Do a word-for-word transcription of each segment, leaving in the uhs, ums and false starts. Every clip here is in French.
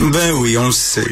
Ben oui, on le sait.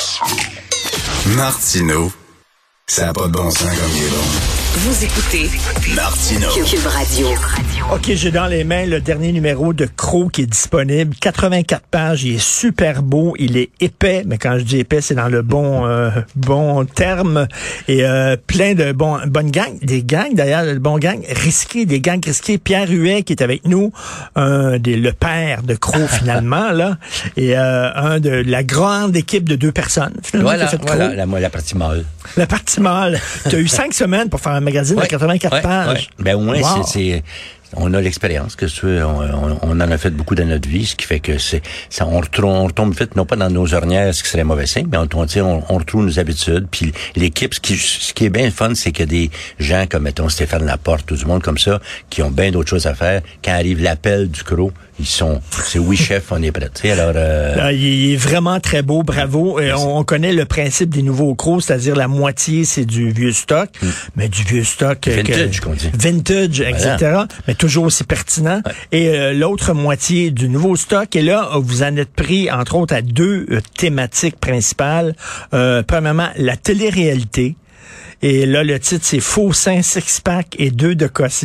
Martineau, ça n'a pas de bon sens comme il est bon. Vous écoutez Martineau. Cube Radio. OK, j'ai dans les mains le dernier numéro de Crow qui est disponible. quatre-vingt-quatre pages, il est super beau, il est épais, mais quand je dis épais, c'est dans le bon euh, bon terme. Et euh, plein de bons, bonnes gangs, des gangs d'ailleurs, le bon gang risqué, des gangs risqués. Pierre Huet qui est avec nous, un des, le père de Crow finalement, là, et euh, un de la grande équipe de deux personnes. Finalement, Voilà, qui a fait voilà Crow. la, la partie molle. La partie mâle. Tu as eu cinq semaines pour faire un magazine Ouais, de quatre-vingt-quatre ouais, pages. ouais. Ben au moins, Wow. c'est, c'est, on a l'expérience, que tu veux, on, on, on en a fait beaucoup dans notre vie, ce qui fait que c'est, ça, on retombe, on retombe vite, non pas dans nos ornières, ce qui serait mauvais signe, mais on, on, on, on retrouve nos habitudes. Puis l'équipe, ce qui, ce qui est bien fun, c'est que des gens comme, mettons, Stéphane Laporte, ou du monde comme ça, qui ont bien d'autres choses à faire, quand arrive l'appel du Crow, ils sont, c'est oui chef, on est prêt. Tu sais, alors. Euh... Là, il est vraiment très beau, bravo. Et on, on connaît le principe des nouveaux Crows, c'est-à-dire la moitié c'est du vieux stock, mm. mais du vieux stock vintage, que, qu'on dit. Vintage, et cetera. Voilà. Mais toujours aussi pertinent. Ouais. Et euh, l'autre moitié du nouveau stock. Et là, vous en êtes pris entre autres à deux euh, thématiques principales. Euh, premièrement, la télé-réalité. Et là, le titre, c'est « Faux seins, six-pack et deux de quotient ».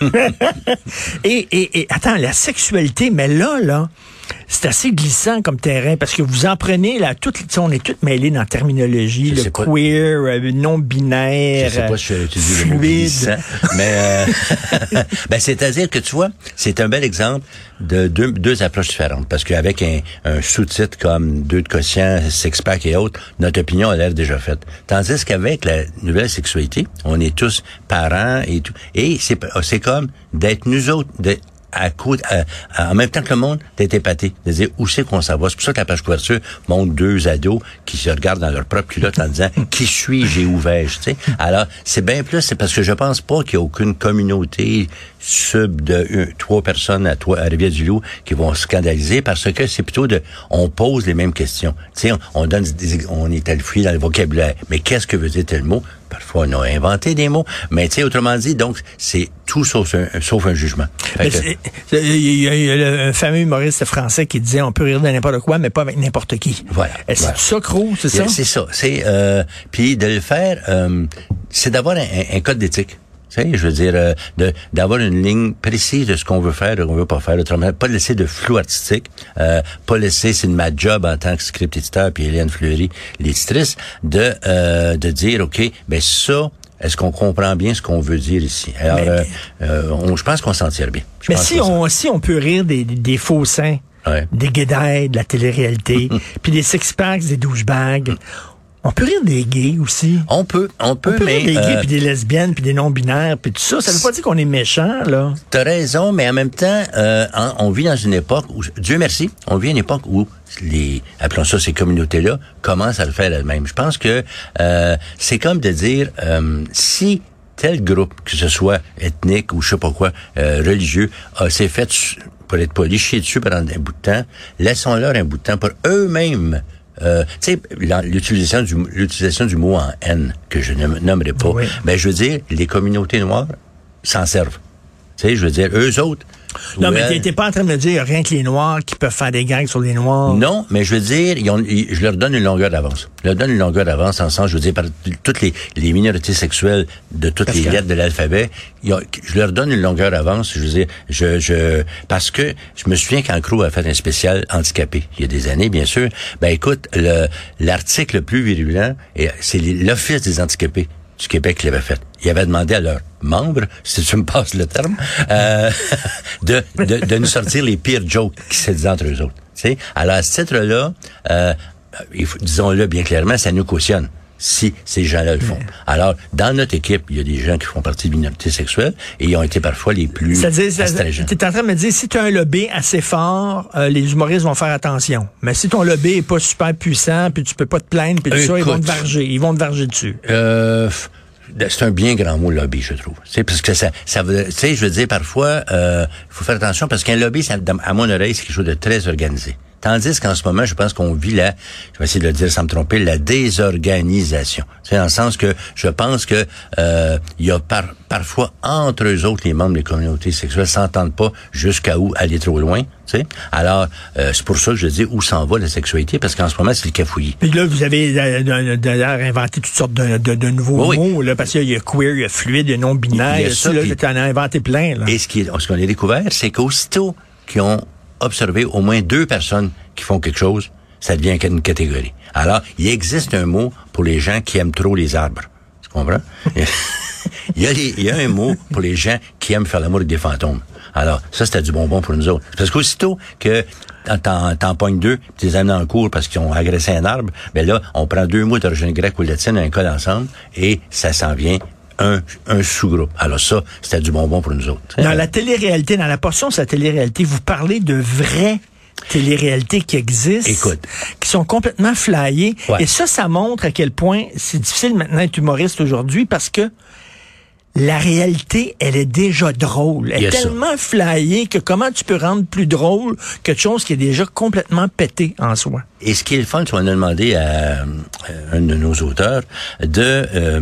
et, et, et, attends, la sexualité, mais là, là, c'est assez glissant comme terrain parce que vous en prenez, là, toutes, on est toutes mêlés dans la terminologie, je le queer, euh, non-binaire, je sais pas si je vais utiliser le mot glissant, mais euh, ben, c'est-à-dire que, tu vois, c'est un bel exemple de deux, deux approches différentes parce qu'avec un, un sous-titre comme deux de quotient, six-pack et autres, notre opinion a l'air déjà faite. Tandis qu'avec la nouvelle sexualité, on est tous parents et tout, et c'est, c'est comme d'être nous autres, de, à coup, à, à, en même temps que le monde, d'être épaté, de dire où c'est qu'on s'en va. C'est pour ça que la page couverture montre deux ados qui se regardent dans leur propre culotte en disant « Qui suis-je et où vais-je? » Tu sais. Alors, c'est bien plus, c'est parce que je pense pas qu'il y a aucune communauté sub de euh, trois personnes à, à Rivière-du-Loup qui vont scandaliser parce que c'est plutôt de, on pose les mêmes questions. Tu sais, on, on donne, des, on est allé fouiller dans le vocabulaire. Mais qu'est-ce que veut dire tel mot? Parfois, on a inventé des mots. Mais tu sais, autrement dit, donc, c'est tout sauf un, sauf un jugement. Il y a, y a un fameux humoriste français qui disait, on peut rire de n'importe quoi, mais pas avec n'importe qui. Voilà. Est-ce voilà. ça, Crow, c'est ça? C'est ça. C'est, euh, puis de le faire, euh, c'est d'avoir un, un code d'éthique. Tu sais, je veux dire, euh, de, d'avoir une ligne précise de ce qu'on veut faire, de ce qu'on veut pas faire, autrement, pas laisser de flou artistique, euh, pas laisser, c'est de ma job en tant que script éditeur, puis Hélène Fleury, l'éditrice, de, euh, de dire, OK, ben ça, est-ce qu'on comprend bien ce qu'on veut dire ici? Alors, mais, euh, euh, on, je pense qu'on s'en tire bien. Je mais si on, si on peut rire des, des, des faux seins, ouais. des guédailles, de la télé-réalité, puis des six-packs, des douchebags, on peut rire des gays aussi. On peut, on peut, on peut mais... rire des gays, euh, puis des lesbiennes, puis des non-binaires, puis tout ça. Ça veut pas dire qu'on est méchant, là. T'as raison, mais en même temps, euh, on vit dans une époque où, Dieu merci, on vit une époque où les, appelons ça ces communautés-là, commencent à le faire elles-mêmes. Je pense que euh, c'est comme de dire, euh, si tel groupe, que ce soit ethnique ou je sais pas quoi, euh, religieux, euh, s'est fait, pour être poli, chier dessus pendant un bout de temps, laissons-leur un bout de temps pour eux-mêmes. Euh, tu sais, l'utilisation du, l'utilisation du mot en haine, que je ne nommerai pas, oui. Ben, je veux dire, les communautés noires s'en servent. Tu sais, je veux dire, eux autres... Non, mais t'es, t'es pas en train de me dire rien que les Noirs qui peuvent faire des gangs sur les Noirs. Non, mais je veux dire, ils ont, ils, je leur donne une longueur d'avance. Je leur donne une longueur d'avance en sens, je veux dire, par toutes les, les minorités sexuelles de toutes parce les que... lettres de l'alphabet, ont, je leur donne une longueur d'avance. Je veux dire, je, je, parce que je me souviens quand Crow a fait un spécial handicapé, il y a des années, bien sûr. Ben, écoute, le, l'article le plus virulent, c'est l'Office des handicapés du Québec qui l'avait fait. Ils avaient demandé à leurs membres, si tu me passes le terme, euh, de, de, de nous sortir les pires jokes qui se disaient entre eux autres. T'sais? Alors, à ce titre-là, euh, disons-le bien clairement, ça nous cautionne si ces gens-là le font. Ouais. Alors, dans notre équipe, il y a des gens qui font partie de minorités sexuelles et ils ont été parfois les plus astringents. Tu es en train de me dire, si tu as un lobby assez fort, euh, les humoristes vont faire attention. Mais si ton lobby est pas super puissant, puis tu peux pas te plaindre, puis tout Écoute, ça, ils vont te varger. Ils vont te varger dessus. Euh... C'est un bien grand mot, lobby, je trouve. C'est parce que ça, ça veut, tu sais, je veux dire, parfois, il euh, faut faire attention parce qu'un lobby, ça, à mon oreille, c'est quelque chose de très organisé, Tandis qu'en ce moment, je pense qu'on vit la, je vais essayer de le dire sans me tromper, la désorganisation. C'est dans le sens que je pense que euh, il y a par, parfois entre eux autres, les membres des communautés sexuelles s'entendent pas jusqu'à où aller trop loin. Tu sais? Alors, euh, c'est pour ça que je dis où s'en va la sexualité, parce qu'en ce moment, c'est le cafouillis. Puis là, vous avez d'ailleurs inventé toutes sortes de, de, de nouveaux oui, mots, là, parce qu'il y a queer, il y a fluide, il y a non-binaire, il y a ça, là, tu en as inventé plein. Là. Et ce, qui est, ce qu'on a découvert, c'est qu'aussitôt qu'ils ont observé au moins deux personnes qui font quelque chose, ça devient une catégorie. Alors, il existe un mot pour les gens qui aiment trop les arbres. Tu comprends? il, y a les, il y a un mot pour les gens qui aiment faire l'amour avec des fantômes. Alors, ça, c'était du bonbon pour nous autres. Parce qu'aussitôt que t'en, t'en pognes deux, tu les amènes dans le cours parce qu'ils ont agressé un arbre, ben là, on prend deux mots d'origine grecque ou latine, un code ensemble, et ça s'en vient un, un sous-groupe. Alors ça, c'était du bonbon pour nous autres. Dans la télé-réalité, dans la portion de sa télé-réalité, vous parlez de vraies télé-réalités qui existent, Écoute. qui sont complètement flyées. Ouais. Et ça, ça montre à quel point c'est difficile maintenant d'être humoriste aujourd'hui parce que la réalité, elle est déjà drôle. Elle est tellement flyée que comment tu peux rendre plus drôle quelque chose qui est déjà complètement pété en soi. Et ce qui est le fun, c'est qu'on a demandé à, à un de nos auteurs de euh,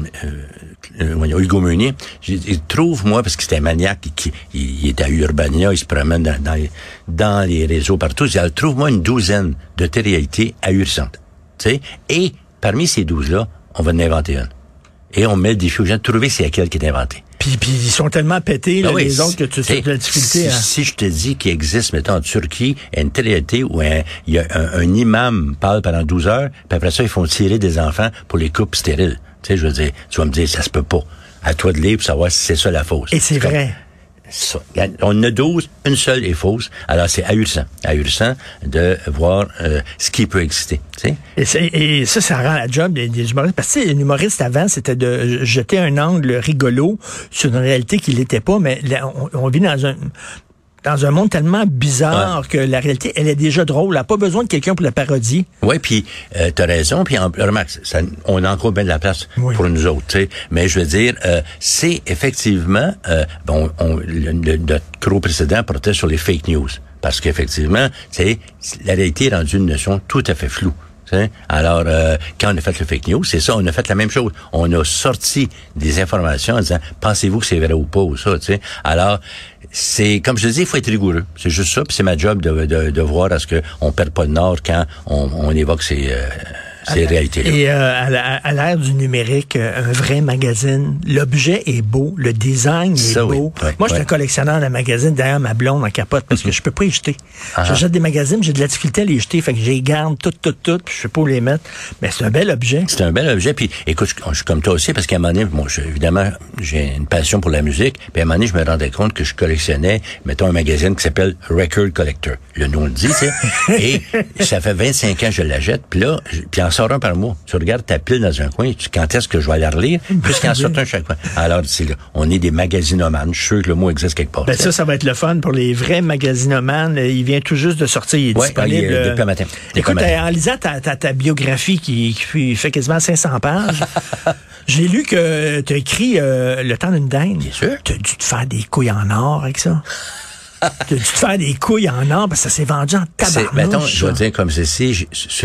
euh, Hugo Meunier. Il trouve, moi, parce que c'était un maniaque, qui, il, il est à Urbania, il se promène dans, dans, les, dans les réseaux partout. Il dit, trouve-moi une douzaine de télé-réalités ahurissantes. Tu sais? Et parmi ces douze-là, on va en inventer une. Et on met le défi aux gens de trouver c'est laquelle qui est inventé. Puis, puis ils sont tellement pétés, là, ben oui, les autres, que tu as de la difficulté si, à... Si je te dis qu'il existe, mettons, en Turquie, une télé-réalité où un, il y a un, un imam parle pendant douze heures, puis après ça, ils font tirer des enfants pour les couples stériles. Tu sais, je veux dire, tu vas me dire, ça se peut pas. À toi de lire pour savoir si c'est ça la fausse. Et c'est, c'est vrai. Comme, ça. On en a douze, une seule est fausse. Alors, c'est ahurissant. Ahurissant de voir euh, ce qui peut exister. Tu sais? Et, c'est, et ça, ça rend la job des, des humoristes. Parce que, tu sais, un humoriste, avant, c'était de jeter un angle rigolo sur une réalité qui l'était pas, mais là, on, on vit dans un... dans un monde tellement bizarre ouais. que la réalité, elle est déjà drôle. Elle n'a pas besoin de quelqu'un pour la parodier. Oui, puis euh, t'as raison. Puis remarque, ça, on a encore bien de la place oui. pour nous autres. T'sais. Mais je veux dire, euh, c'est effectivement, euh, bon, on, le, le, notre croc précédent portait sur les fake news. Parce qu'effectivement, tu sais, la réalité est rendue une notion tout à fait floue. Alors, euh, quand on a fait le fake news, c'est ça, on a fait la même chose. On a sorti des informations en disant, pensez-vous que c'est vrai ou pas, ou ça, tu sais. Alors, c'est, comme je dis, il faut être rigoureux. C'est juste ça, puis c'est ma job de, de, de voir à ce qu'on perd pas le nord quand on, on évoque ces... Euh, ces réalités-là. Et euh, à, à l'ère du numérique, un vrai magazine, l'objet est beau, le design est ça, beau. Oui, oui, Moi, je suis oui. un collectionneur de magazines. D'ailleurs, ma blonde en capote parce que je peux pas y jeter. Ah. J'achète des magazines, j'ai de la difficulté à les jeter, fait que je les garde toutes, toutes, toutes, puis je sais pas où les mettre. Mais c'est un bel objet. C'est un bel objet. Puis, écoute, je, je suis comme toi aussi parce qu'à un moment donné, bon, je, évidemment, j'ai une passion pour la musique. Puis à un moment donné, je me rendais compte que je collectionnais, mettons, un magazine qui s'appelle Record Collector. Le nom le dit, tu sais. Et ça fait vingt-cinq ans que je la jette. Puis là, puis en sort un par mois. Tu regardes ta pile dans un coin, tu, quand est-ce que je vais aller relire? Puisqu'il en sort un chaque fois. Alors, c'est là, on est des magasinomanes. Je suis sûr que le mot existe quelque part. Ben ça, ça va être le fun pour les vrais magasinomanes. Il vient tout juste de sortir, il est ouais, disponible. Il est, depuis matin. Écoute, matin. En lisant ta, ta, ta biographie qui, qui fait quasiment cinq cents pages, j'ai lu que tu as écrit euh, Le temps d'une dinde. Bien sûr. Tu as dû te faire des couilles en or avec ça. Tu as dû te faire des couilles en or parce que ça s'est vendu en tabarnouche. Mettons, je vais dire comme ceci,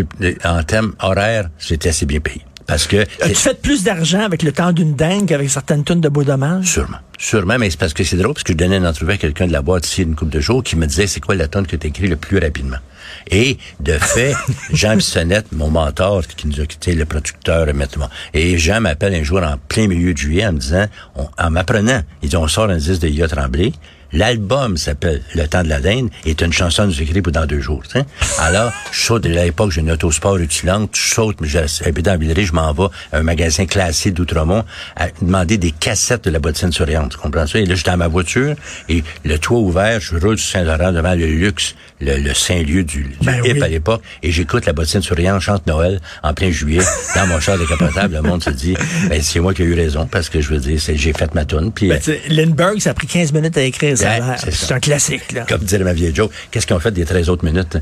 en termes horaires, j'étais assez bien payé. Parce que... As-tu fait plus d'argent avec Le temps d'une dingue qu'avec certaines tonnes de beaux dommages? Sûrement. Sûrement, mais c'est parce que c'est drôle, parce que je donnais une entrevue à quelqu'un de la boîte ici une couple de jours qui me disait c'est quoi la tonne que tu écris le plus rapidement. Et de fait, Jean Bissonnette, mon mentor, qui nous a quitté, le producteur, maintenant. Et Jean m'appelle un jour en plein milieu de juillet en me disant, on, en m'apprenant, il dit on sort un disque de Yaya Tremblay. L'album s'appelle Le temps de la dinde et est une chanson que nous écrit pour dans deux jours. T'sais. Alors, je saute, à l'époque, j'ai une autosport utilante, je saute, mais j'habite dans Villeray, je m'en vais à un magasin classé d'Outremont à demander des cassettes de la bottine souriante. Tu comprends ça? Et là, j'étais dans ma voiture et le toit ouvert, je roule sur Saint-Laurent devant le luxe, le, le Saint-Lieu du, du ben hip oui. à l'époque, et j'écoute la bottine souriante, chante Noël en plein juillet dans mon char décapotable. Le monde se dit, ben, c'est moi qui ai eu raison parce que je veux dire, c'est, j'ai fait ma toune. Puis, ben, Lindbergh, ça a pris quinze minutes à écrire ça. Ouais, c'est, c'est un classique, là. Comme disait ma vieille Joe, qu'est-ce qu'ils ont fait des treize autres minutes?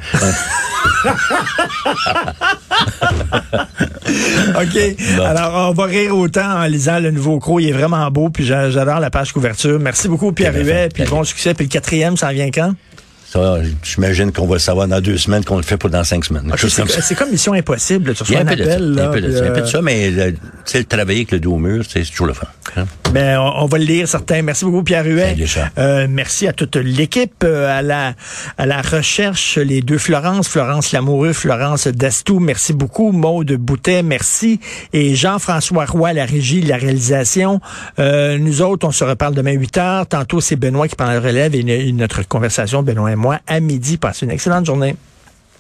OK. Bon. Alors, on va rire autant en lisant le nouveau croc. Il est vraiment beau, puis j'adore la page couverture. Merci beaucoup, Pierre Huet, puis bon succès. Puis le quatrième, ça en vient quand? Ça, j'imagine qu'on va le savoir dans deux semaines, qu'on le fait pas dans cinq semaines. Okay, c'est, comme c'est comme Mission Impossible. Là, tu reçois un, un appel. Il y a un peu de ça, euh... un peu de ça, mais le, le travailler avec le dos au mur, c'est toujours le fun. Hein? Ben, on, on va le lire, certains. Merci beaucoup, Pierre Huet. Euh, merci à toute l'équipe, euh, à la à la recherche, les deux Florence, Florence Lamoureux, Florence Dastou. Merci beaucoup. Maude Boutet, merci. Et Jean-François Roy, la régie, la réalisation. Euh, nous autres, on se reparle demain huit heures. Tantôt, c'est Benoît qui prend le relève et une, une, notre conversation, Benoît et moi, à midi. Passez une excellente journée.